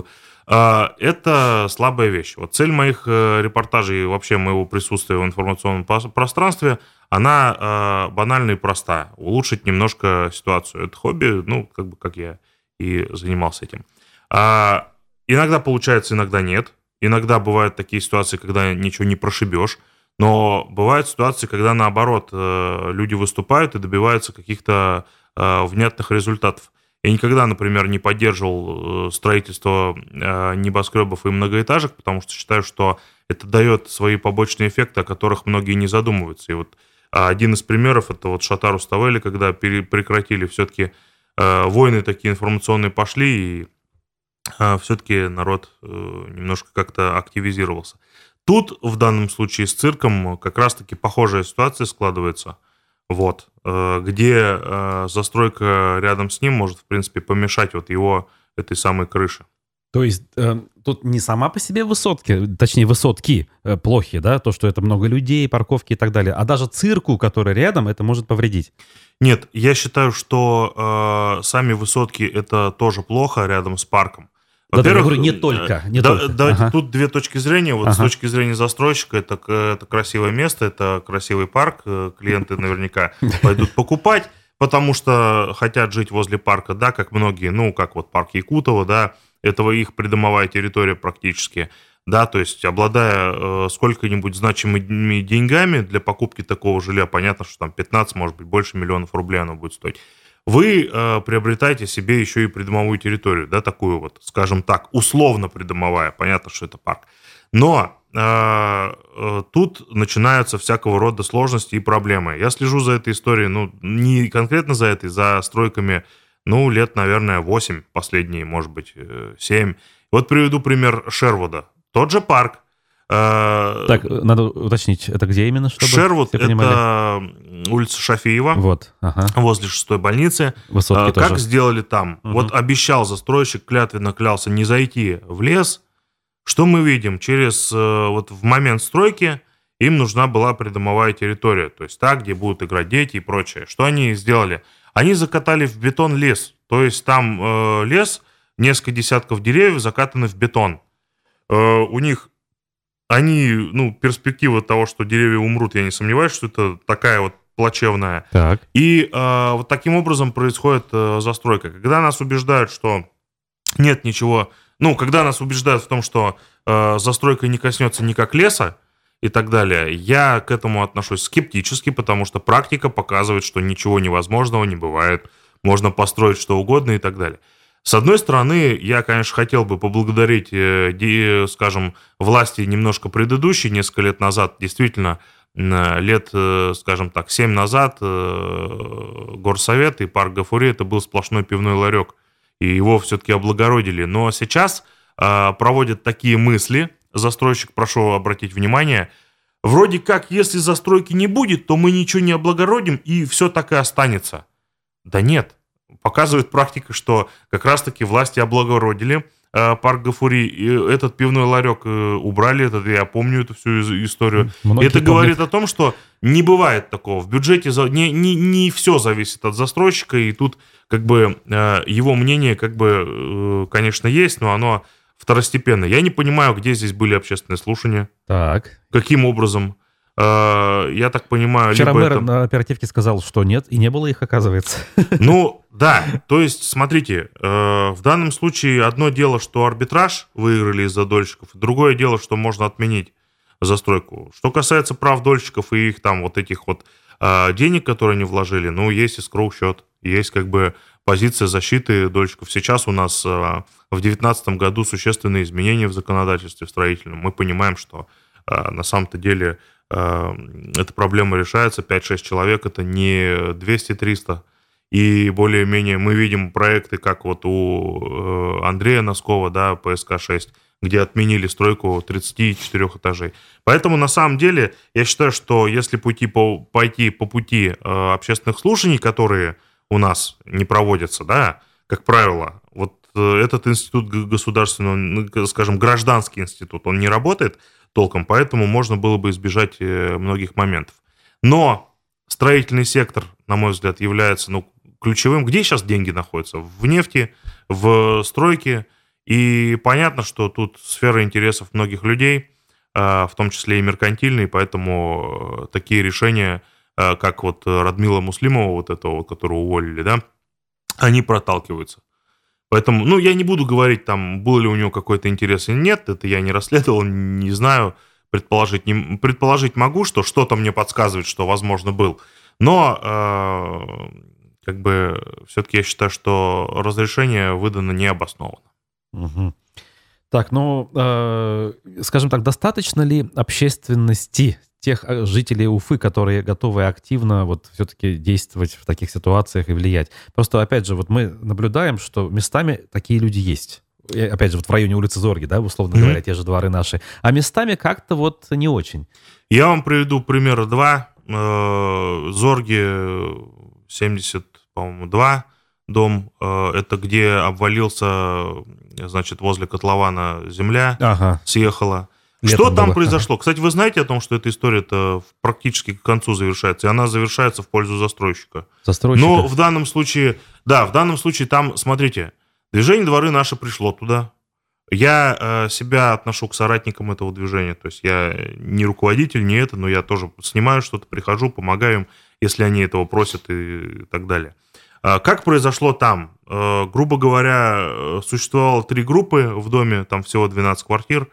Это слабая вещь. Вот цель моих репортажей и вообще моего присутствия в информационном пространстве, она банальна и проста. Улучшить немножко ситуацию. Это хобби, ну, как бы, как я и занимался этим. А иногда получается, иногда нет. Иногда бывают такие ситуации, когда ничего не прошибешь. Но бывают ситуации, когда, наоборот, люди выступают и добиваются каких-то внятных результатов. Я никогда, например, не поддерживал строительство небоскребов и многоэтажек, потому что считаю, что это дает свои побочные эффекты, о которых многие не задумываются. И вот один из примеров — это вот Шатар Руставели, когда прекратили все-таки войны такие информационные пошли, и все-таки народ немножко как-то активизировался. Тут, в данном случае с цирком, как раз-таки похожая ситуация складывается. Вот, где застройка рядом с ним может, в принципе, помешать вот его этой самой крыше. То есть э, тут не сама по себе высотки, точнее высотки э, плохие, да, то, что это много людей, парковки и так далее, а даже цирку, который рядом, это может повредить. Нет, я считаю, что э, сами высотки это тоже плохо рядом с парком. Да, да, я говорю, не только. Не да, только. Да, ага. Тут две точки зрения. Вот ага. С точки зрения застройщика, это, это красивое место, это красивый парк. Клиенты наверняка пойдут покупать, потому что хотят жить возле парка, да, как многие, ну, как вот парк Якутова, да, это их придомовая территория практически, да, то есть обладая э, сколько-нибудь значимыми деньгами для покупки такого жилья, понятно, что там пятнадцать, может быть, больше миллионов рублей оно будет стоить. Вы э, приобретаете себе еще и придомовую территорию, да, такую вот, скажем так, условно придомовая, понятно, что это парк. Но э, э, тут начинаются всякого рода сложности и проблемы. Я слежу за этой историей, ну, не конкретно за этой, за стройками, ну, лет, наверное, восемь последние, может быть, семь. Вот приведу пример Шервуда. Тот же парк. Так, надо уточнить, это где именно, чтобы Шервуд — все понимали? Это улица Шафиева, вот, ага. возле шестой больницы. Высотки как тоже. Сделали там? Угу. Вот обещал застройщик, клятвенно клялся не зайти в лес. Что мы видим? Через, вот в момент стройки им нужна была придомовая территория, то есть та, где будут играть дети и прочее. Что они сделали? Они закатали в бетон лес, то есть там э, лес, несколько десятков деревьев закатаны в бетон. Э, у них Они, ну, перспектива того, что деревья умрут, я не сомневаюсь, что это такая вот плачевная. Так. И э, вот таким образом происходит э, застройка. Когда нас убеждают, что нет ничего... Ну, когда нас убеждают в том, что э, застройка не коснется никак леса и так далее, я к этому отношусь скептически, потому что практика показывает, что ничего невозможного не бывает. Можно построить что угодно и так далее. С одной стороны, я, конечно, хотел бы поблагодарить, скажем, власти немножко предыдущие, несколько лет назад, действительно, лет, скажем так, семь назад горсовет и парк Гафури — это был сплошной пивной ларек, и его все-таки облагородили. Но сейчас проводят такие мысли, застройщик, прошу обратить внимание, вроде как, если застройки не будет, то мы ничего не облагородим, и все так и останется. Да нет. Показывает практика, что как раз-таки власти облагородили э, парк Гафури, и этот пивной ларек э, убрали, это, я помню эту всю историю. Многие это помнят. Говорит о том, что не бывает такого. В бюджете за, не, не, не все зависит от застройщика, и тут как бы э, его мнение, как бы, э, конечно, есть, но оно второстепенное. Я не понимаю, где здесь были общественные слушания. Так. Каким образом? я так понимаю... Вчера мэр это... на оперативке сказал, что нет, и не было их, оказывается. Ну, да, то есть, смотрите, в данном случае одно дело, что арбитраж выиграли из-за дольщиков, другое дело, что можно отменить застройку. Что касается прав дольщиков и их там вот этих вот денег, которые они вложили, ну, есть эскроу-счет, есть как бы позиция защиты дольщиков. Сейчас у нас в две тысячи девятнадцатом году существенные изменения в законодательстве строительном. Мы понимаем, что на самом-то деле эта проблема решается. пять-шесть человек – это не двести-триста. И более-менее мы видим проекты, как вот у Андрея Носкова, да, Пэ Эс Ка шесть, где отменили стройку тридцати четырёх этажей. Поэтому, на самом деле, я считаю, что если пойти по, пойти по пути э, общественных слушаний, которые у нас не проводятся, да, как правило, вот э, этот институт государственного, ну, скажем, гражданский институт, он не работает толком, поэтому можно было бы избежать э, многих моментов. Но строительный сектор, на мой взгляд, является, ну, ключевым. Где сейчас деньги находятся? В нефти, в стройке. И понятно, что тут сфера интересов многих людей, в том числе и меркантильные, поэтому такие решения, как вот Радмила Муслимова, вот этого, которого уволили, да, они проталкиваются. Поэтому, ну, я не буду говорить, там, был ли у него какой-то интерес или нет, это я не расследовал, не знаю, предположить, не, предположить могу, что что-то мне подсказывает, что, возможно, был. Но, э, как бы, все-таки я считаю, что разрешение выдано необоснованно. Угу. Так, ну, э, скажем так, достаточно ли общественности тех жителей Уфы, которые готовы активно вот все-таки действовать в таких ситуациях и влиять? Просто, опять же, вот мы наблюдаем, что местами такие люди есть. И, опять же, вот в районе улицы Зорги, да, условно mm-hmm. говоря, те же дворы наши. А местами как-то вот не очень. Я вам приведу примера два. Зорги семьдесят, по-моему, два. Дом, это где обвалился, значит, возле котлована земля, ага. съехала. Летом что там было. произошло? Ага. Кстати, вы знаете о том, что эта история-то практически к концу завершается, и она завершается в пользу застройщика. Застройщика? Но в данном случае, да, в данном случае там, смотрите, движение «Дворы наши» пришло туда. Я э, себя отношу к соратникам этого движения, то есть я не руководитель, не это, но я тоже снимаю что-то, прихожу, помогаю им, если они этого просят и так далее. Как произошло там? Грубо говоря, существовало три группы в доме, там всего двенадцать квартир.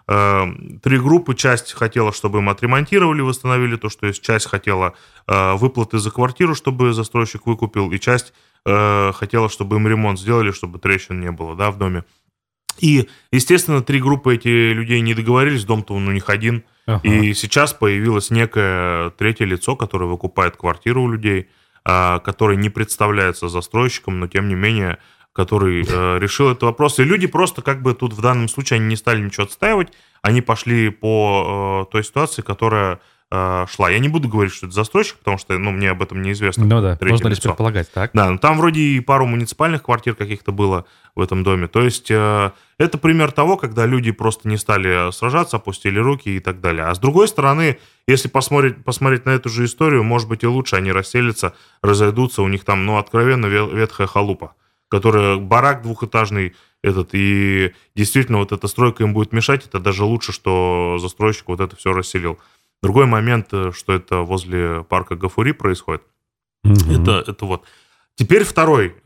Три группы, часть хотела, чтобы им отремонтировали, восстановили то, что есть, часть хотела выплаты за квартиру, чтобы застройщик выкупил, и часть хотела, чтобы им ремонт сделали, чтобы трещин не было, да, в доме. И, естественно, три группы эти людей не договорились, дом-то он у них один. Ага. И сейчас появилось некое третье лицо, которое выкупает квартиру у людей, который не представляется застройщиком, но тем не менее, который э, решил этот вопрос. И люди просто как бы тут в данном случае они не стали ничего отстаивать, они пошли по э, той ситуации, которая э, шла. Я не буду говорить, что это застройщик, потому что ну, мне об этом неизвестно. Ну да, можно лишь предполагать, так? Да, но там вроде и пару муниципальных квартир каких-то было в этом доме. То есть э, это пример того, когда люди просто не стали сражаться, опустили руки и так далее. А с другой стороны, если посмотреть, посмотреть на эту же историю, может быть и лучше они расселятся, разойдутся, у них там, ну, откровенно ветхая халупа, которая барак двухэтажный этот, и действительно вот эта стройка им будет мешать, это даже лучше, что застройщик вот это все расселил. Другой момент, что это возле парка Гафури происходит, mm-hmm. это, это вот. Теперь второй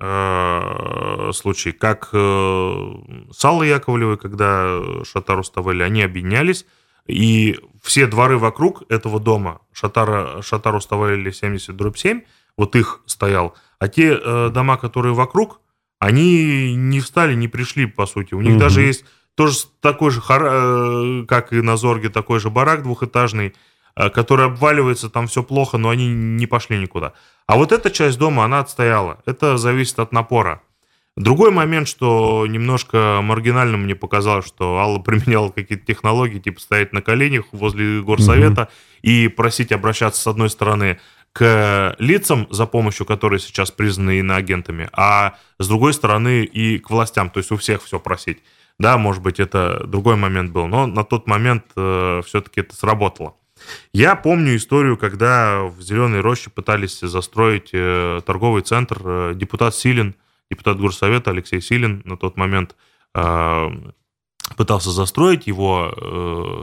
э, случай, как э, с Аллой Яковлевой, когда Шатар Уставели, они объединялись, и все дворы вокруг этого дома, Шатара, Шатар Уставели семьдесят дробь семь, вот их стоял, а те э, дома, которые вокруг, они не встали, не пришли, по сути. У них угу. даже есть тоже такой же, как и на Зорге, такой же барак двухэтажный, который обваливается, там все плохо, но они не пошли никуда. А вот эта часть дома, она отстояла. Это зависит от напора. Другой момент, что немножко маргинально мне показалось, что Алла применяла какие-то технологии, типа стоять на коленях возле горсовета угу. и просить обращаться, с одной стороны, к лицам, за помощью которые сейчас признаны иноагентами, а с другой стороны и к властям, то есть у всех все просить. Да, может быть, это другой момент был, но на тот момент э, все-таки это сработало. Я помню историю, когда в Зеленой Роще пытались застроить э, торговый центр. Э, депутат Силин, депутат горсовета Алексей Силин на тот момент э, пытался застроить его, э,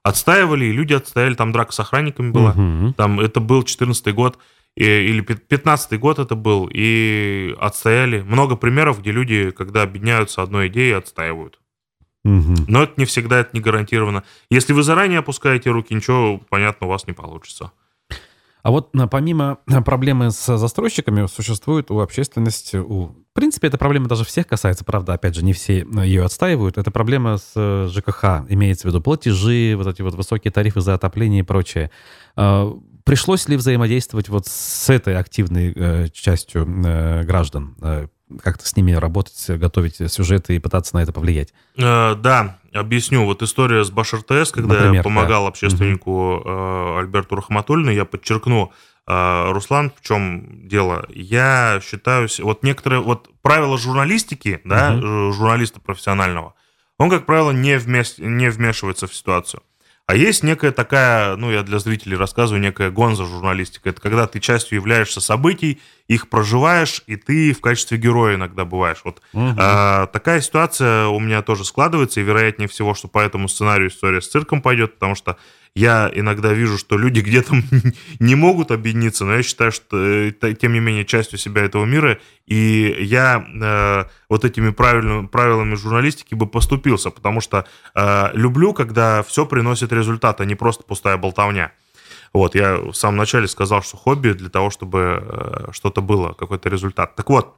Отстаивали, и люди отстояли, там драка с охранниками была. Угу. Там это был четырнадцатый год, и, или пятнадцатый год это был, и отстояли. Много примеров, где люди, когда объединяются одной идеей, отстаивают. Угу. Но это не всегда, это не гарантированно. Если вы заранее опускаете руки, ничего, понятно, у вас не получится. А вот помимо проблемы с застройщиками существует у общественности, у... в принципе, эта проблема даже всех касается, правда, опять же, не все ее отстаивают. Это проблема с ЖКХ, имеется в виду платежи, вот эти вот высокие тарифы за отопление и прочее. Пришлось ли взаимодействовать вот с этой активной э, частью э, граждан? Э, как-то с ними работать, готовить сюжеты и пытаться на это повлиять? Э, да, объясню. Вот история с БашРТС, когда Например, я помогал да. общественнику э, Альберту Рахматуллину, я подчеркну, э, Руслан, в чем дело? Я считаю, вот некоторые вот правила журналистики, да, uh-huh. журналиста профессионального, он, как правило, не, вмес, не вмешивается в ситуацию. А есть некая такая, ну, я для зрителей рассказываю, некая гонза-журналистика. Это когда ты частью являешься событий, их проживаешь, и ты в качестве героя иногда бываешь. Вот угу. а, такая ситуация у меня тоже складывается, и вероятнее всего, что по этому сценарию история с цирком пойдет, потому что я иногда вижу, что люди где-то не могут объединиться, но я считаю, что, тем не менее, частью себя этого мира, и я э, вот этими правильными, правилами журналистики бы поступился, потому что э, люблю, когда все приносит результат, а не просто пустая болтовня. Вот, я в самом начале сказал, что хобби для того, чтобы э, что-то было, какой-то результат. Так вот,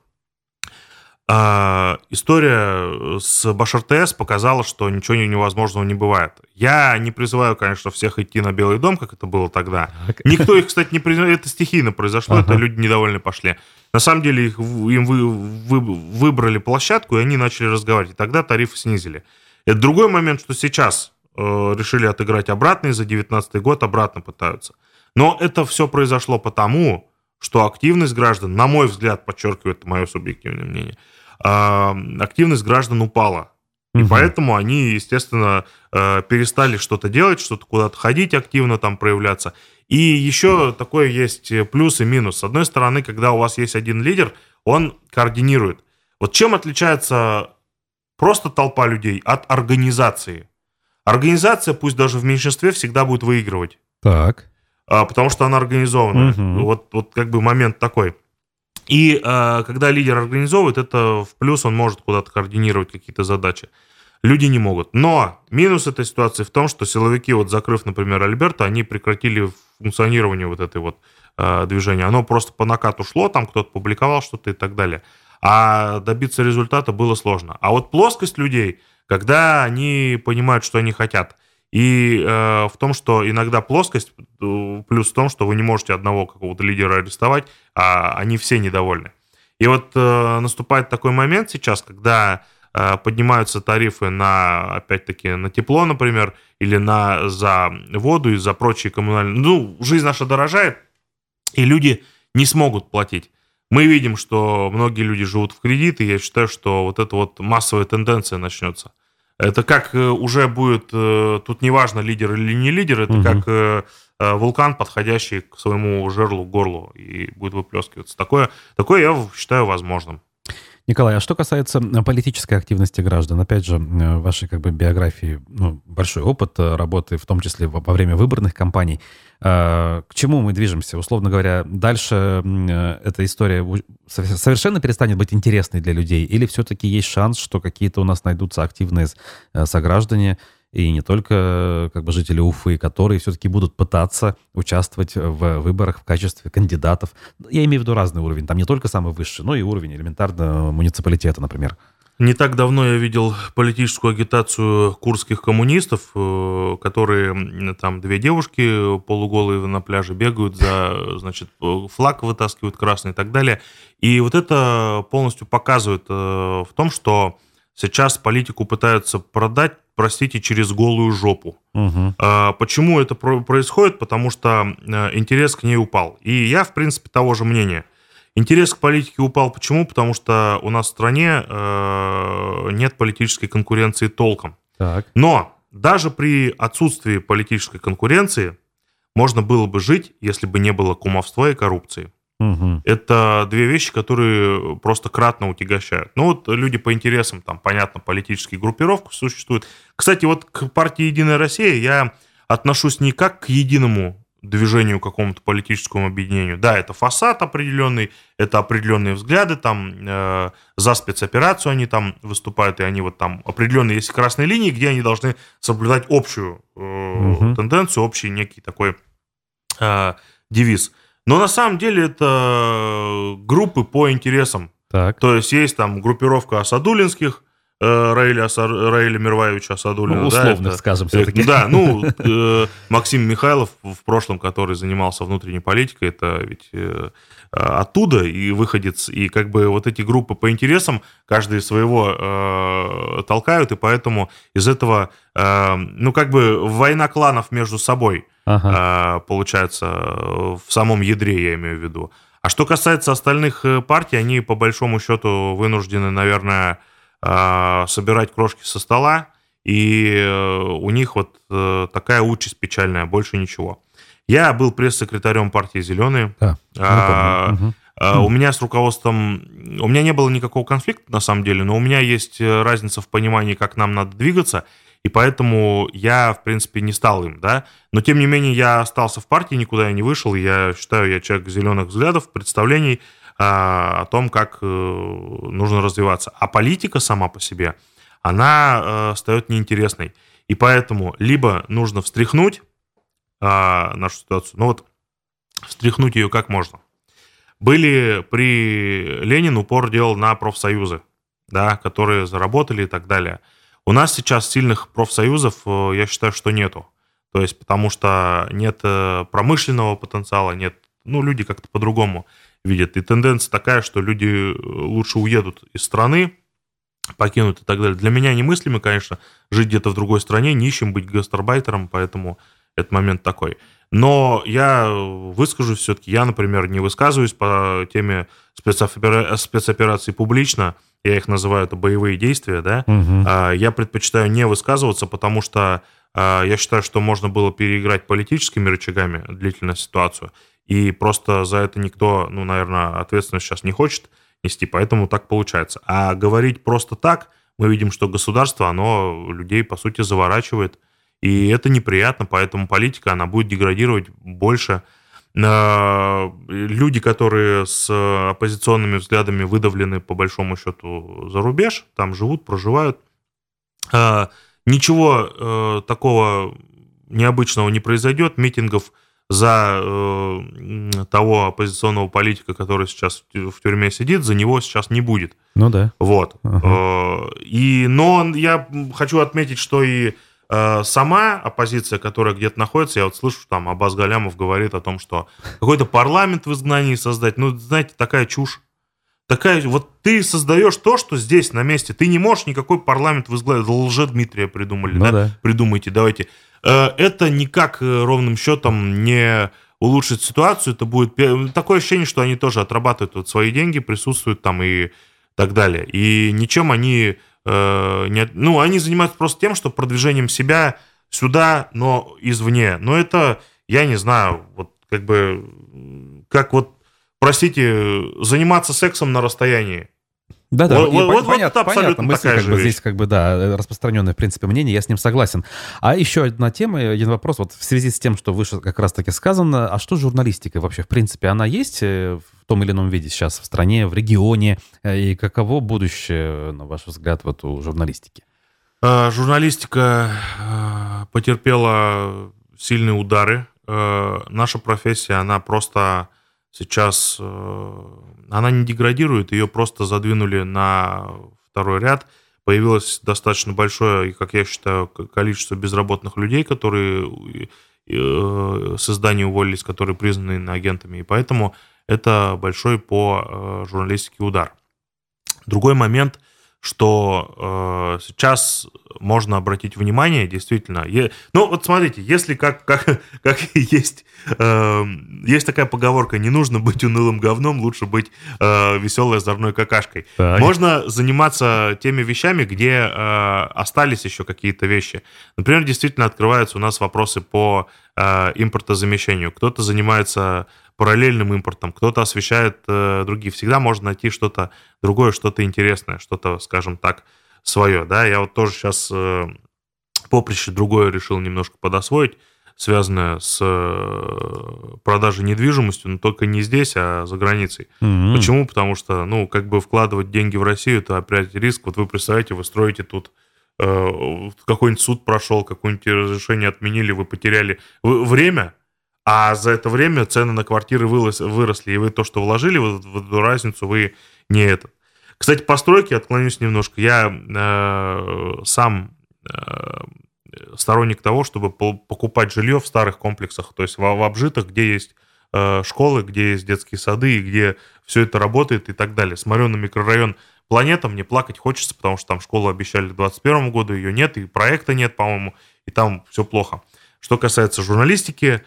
история с БашРТС показала, что ничего невозможного не бывает. Я не призываю, конечно, всех идти на Белый дом, как это было тогда. Так. Никто их, кстати, не призывает. Это стихийно произошло, ага. это люди недовольны пошли. На самом деле их, им вы, вы, выбрали площадку, и они начали разговаривать. И тогда тарифы снизили. Это другой момент, что сейчас э, решили отыграть обратно, и за девятнадцатый год обратно пытаются. Но это все произошло потому, что активность граждан, на мой взгляд, подчеркиваю, это мое субъективное мнение, активность граждан упала. И угу. поэтому они, естественно, перестали что-то делать, что-то куда-то ходить активно, там проявляться. И еще такое есть плюс и минус. С одной стороны, когда у вас есть один лидер, он координирует. Вот чем отличается просто толпа людей от организации? Организация, пусть даже в меньшинстве, всегда будет выигрывать. Так. Потому что она организованная. Угу. Вот, вот как бы момент такой. И э, когда лидер организовывает, это в плюс, он может куда-то координировать какие-то задачи. Люди не могут. Но минус этой ситуации в том, что силовики, вот закрыв, например, Альберта, они прекратили функционирование вот этой вот э, движения. Оно просто по накату шло, там кто-то публиковал что-то и так далее. А добиться результата было сложно. А вот плоскость людей, когда они понимают, что они хотят, и э, в том, что иногда плоскость, плюс в том, что вы не можете одного какого-то лидера арестовать, а они все недовольны. И вот э, наступает такой момент сейчас, когда э, поднимаются тарифы на, опять-таки, на тепло, например, или на, за воду и за прочие коммунальные... Ну, жизнь наша дорожает, и люди не смогут платить. Мы видим, что многие люди живут в кредит, и я считаю, что вот эта вот массовая тенденция начнется. Это как уже будет, тут неважно, лидер или не лидер, это угу. как вулкан, подходящий к своему жерлу, горлу, и будет выплескиваться. Такое, такое я считаю возможным. Николай, а что касается политической активности граждан, опять же, в вашей как бы биографии ну, большой опыт работы, в том числе во время выборных кампаний. К чему мы движемся? Условно говоря, дальше эта история совершенно перестанет быть интересной для людей? Или все-таки есть шанс, что какие-то у нас найдутся активные сограждане, и не только как бы жители Уфы, которые все-таки будут пытаться участвовать в выборах в качестве кандидатов. Я имею в виду разный уровень. Там не только самый высший, но и уровень элементарно муниципалитета, например. Не так давно я видел политическую агитацию курдских коммунистов, которые там две девушки полуголые на пляже бегают, за, значит, флаг вытаскивают красный и так далее. И вот это полностью показывает в том, что сейчас политику пытаются продать, простите, через голую жопу. Угу. Почему это происходит? Потому что интерес к ней упал. И я, в принципе, того же мнения. Интерес к политике упал. Почему? Потому что у нас в стране нет политической конкуренции толком. Так. Но даже при отсутствии политической конкуренции можно было бы жить, если бы не было кумовства и коррупции. Угу. Это две вещи, которые просто кратно утягощают. Ну вот люди по интересам, там, понятно, политические группировки существуют. Кстати, вот к партии «Единая Россия» я отношусь не как к единому движению, какому-то политическому объединению. Да, это фасад определенный, это определенные взгляды, там э, за спецоперацию они там выступают, и они вот там определенные есть красные линии, где они должны соблюдать общую э, угу. тенденцию, общий некий такой э, девиз. Но на самом деле это группы по интересам. Так. То есть есть там группировка асадулинских, Раиля, Раиля Мирваевича Асадулина. Ну, условно, да, это, скажем все-таки. Да, ну, э, Максим Михайлов в прошлом, который занимался внутренней политикой, это ведь э, оттуда и выходец, и как бы вот эти группы по интересам, каждый своего э, толкают, и поэтому из этого, э, ну, как бы война кланов между собой ага. э, получается в самом ядре, я имею в виду. А что касается остальных партий, они по большому счету вынуждены, наверное, собирать крошки со стола, и у них вот такая участь печальная, больше ничего. Я был пресс-секретарем партии «Зеленые». Да, а, угу. а, у меня с руководством... У меня не было никакого конфликта, на самом деле, но у меня есть разница в понимании, как нам надо двигаться, и поэтому я, в принципе, не стал им, да. Но, тем не менее, я остался в партии, никуда я не вышел, я считаю, я человек зеленых взглядов, представлений, о том, как нужно развиваться. А политика сама по себе, она стает неинтересной. И поэтому либо нужно встряхнуть нашу ситуацию, ну вот встряхнуть ее как можно. Были при Ленин упор делал на профсоюзы, да, которые заработали и так далее. У нас сейчас сильных профсоюзов, я считаю, что нету. То есть потому что нет промышленного потенциала, нет, ну, люди как-то по-другому видят. И тенденция такая, что люди лучше уедут из страны, покинут и так далее. Для меня немыслимо, конечно, жить где-то в другой стране, нищим, быть гастарбайтером, поэтому этот момент такой. Но я выскажусь все-таки. Я, например, не высказываюсь по теме спецопера... спецопераций публично. Я их называю это боевые действия, да. Угу. Я предпочитаю не высказываться, потому что я считаю, что можно было переиграть политическими рычагами длительную ситуацию. И просто за это никто, ну, наверное, ответственность сейчас не хочет нести, поэтому так получается. А говорить просто так, мы видим, что государство, оно людей, по сути, заворачивает, и это неприятно, поэтому политика, она будет деградировать больше. Люди, которые с оппозиционными взглядами выдавлены, по большому счету, за рубеж, там живут, проживают, ничего такого необычного не произойдет, митингов за э, того оппозиционного политика, который сейчас в тюрьме сидит, за него сейчас не будет. Ну да. Вот. Ага. И, но я хочу отметить, что и э, сама оппозиция, которая где-то находится, я вот слышу, там Аббас Галямов говорит о том, что какой-то парламент в изгнании создать, ну, знаете, такая чушь. Такая, вот ты создаешь то, что здесь, на месте. Ты не можешь никакой парламент в изгнании. Лже-Дмитрия придумали, ну, да? да? Придумайте, давайте. Это никак ровным счетом не улучшит ситуацию. Это будет такое ощущение, что они тоже отрабатывают вот свои деньги, присутствуют там и так далее. И ничем они э, не... Ну, они занимаются просто тем, что продвижением себя сюда, но извне. Но это, я не знаю, вот как бы, как вот, простите, заниматься сексом на расстоянии. Да-да, вот, вот, вот понятно, понятно. Мысль, как бы, здесь как бы, да, распространенное, в принципе, мнение, я с ним согласен. А еще одна тема, один вопрос, вот в связи с тем, что выше как раз-таки сказано, а что с журналистикой вообще? В принципе, она есть в том или ином виде сейчас в стране, в регионе, и каково будущее, на ваш взгляд, вот у журналистики? Журналистика потерпела сильные удары. Наша профессия, она просто... Сейчас она не деградирует, ее просто задвинули на второй ряд. Появилось достаточно большое, как я считаю, количество безработных людей, которые с издания уволились, которые признаны агентами. И поэтому это большой по журналистике удар. Другой момент, что сейчас можно обратить внимание, действительно. Я, ну, вот смотрите, если как, как, как есть, э, есть такая поговорка, не нужно быть унылым говном, лучше быть э, веселой озорной какашкой. Так. Можно заниматься теми вещами, где э, остались еще какие-то вещи. Например, действительно открываются у нас вопросы по э, импортозамещению. Кто-то занимается параллельным импортом, кто-то освещает э, другие. Всегда можно найти что-то другое, что-то интересное, что-то, скажем так, свое, да, я вот тоже сейчас э, поприще другое решил немножко подосвоить, связанная с продажей недвижимости, но только не здесь, а за границей. Mm-hmm. Почему? Потому что, ну, как бы вкладывать деньги в Россию, это опять риск. Вот вы представляете, вы строите тут, э, какой-нибудь суд прошел, какое-нибудь разрешение отменили, вы потеряли время, а за это время цены на квартиры выросли, и вы то, что вложили, в, в эту разницу вы не это. Кстати, по стройке отклонюсь немножко. Я э, сам э, сторонник того, чтобы покупать жилье в старых комплексах, то есть в, в обжитых, где есть э, школы, где есть детские сады, и где все это работает и так далее. Смотрю на микрорайон Планета, мне плакать хочется, потому что там школу обещали к двадцать первому году, ее нет, и проекта нет, по-моему, и там все плохо. Что касается журналистики,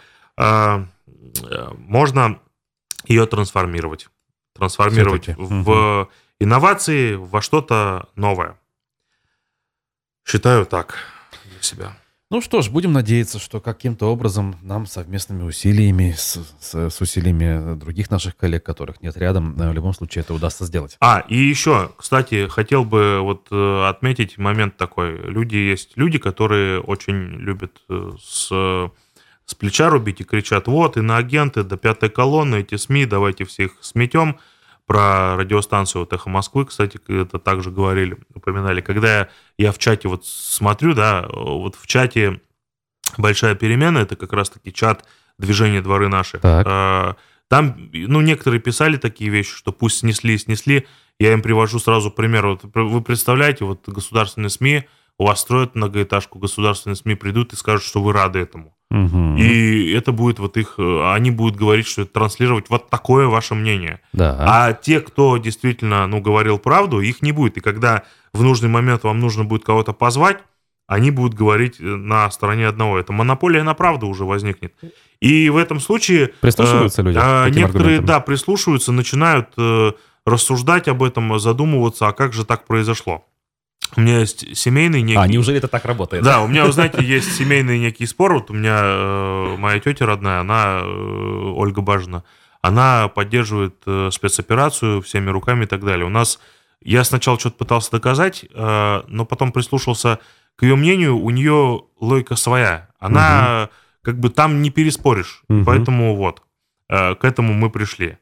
можно ее трансформировать. Трансформировать Все-таки. в угу. инновации, во что-то новое. Считаю так для себя. Ну что ж, будем надеяться, что каким-то образом нам совместными усилиями, с, с, с усилиями других наших коллег, которых нет рядом, в любом случае это удастся сделать. А, и еще, кстати, хотел бы вот отметить момент такой. Люди есть люди, которые очень любят с... с плеча рубить и кричат, вот, иноагенты, до пятой колонны, эти СМИ, давайте всех сметем. Про радиостанцию вот «Эхо Москвы», кстати, это также говорили, упоминали. Когда я, я в чате вот смотрю, да, вот в чате «Большая перемена», это как раз-таки чат «Движение Дворы наши». Так. Там, ну, некоторые писали такие вещи, что пусть снесли, снесли. Я им привожу сразу пример. Вот вы представляете, вот государственные СМИ, у вас строят многоэтажку, государственные СМИ придут и скажут, что вы рады этому. Угу. И это будет вот их, они будут говорить, что это транслировать вот такое ваше мнение. Да. А те, кто действительно, ну, говорил правду, их не будет. И когда в нужный момент вам нужно будет кого-то позвать, они будут говорить на стороне одного. Это монополия на правду уже возникнет. И в этом случае... Прислушиваются э, люди э, некоторые, да, прислушиваются, начинают э, рассуждать об этом, задумываться, а как же так произошло. У меня есть семейный некий... А, неужели это так работает? Да, у меня, вы знаете, есть семейный некий спор. Вот у меня э, моя тетя родная, она, э, Ольга Бажина, она поддерживает э, спецоперацию всеми руками и так далее. У нас... Я сначала что-то пытался доказать, э, но потом прислушался к ее мнению, у нее логика своя. Она угу. как бы там не переспоришь. Угу. Поэтому вот, э, к этому мы пришли.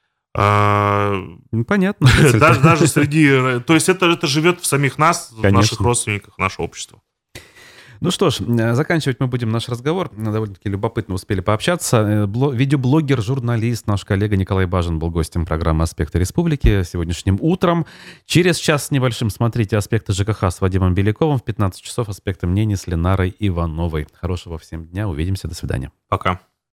Ну, понятно. Даже, даже среди... То есть это, это живет в самих нас, Конечно. в наших родственниках, наше общество. Ну что ж, заканчивать мы будем наш разговор. Довольно-таки любопытно успели пообщаться. Бло... Видеоблогер, журналист, наш коллега Николай Бажин был гостем программы «Аспекты Республики» сегодняшним утром. Через час с небольшим смотрите «Аспекты ЖКХ» с Вадимом Беляковым. В пятнадцать часов «Аспекты мнений» с Ленарой Ивановой. Хорошего всем дня. Увидимся. До свидания. Пока.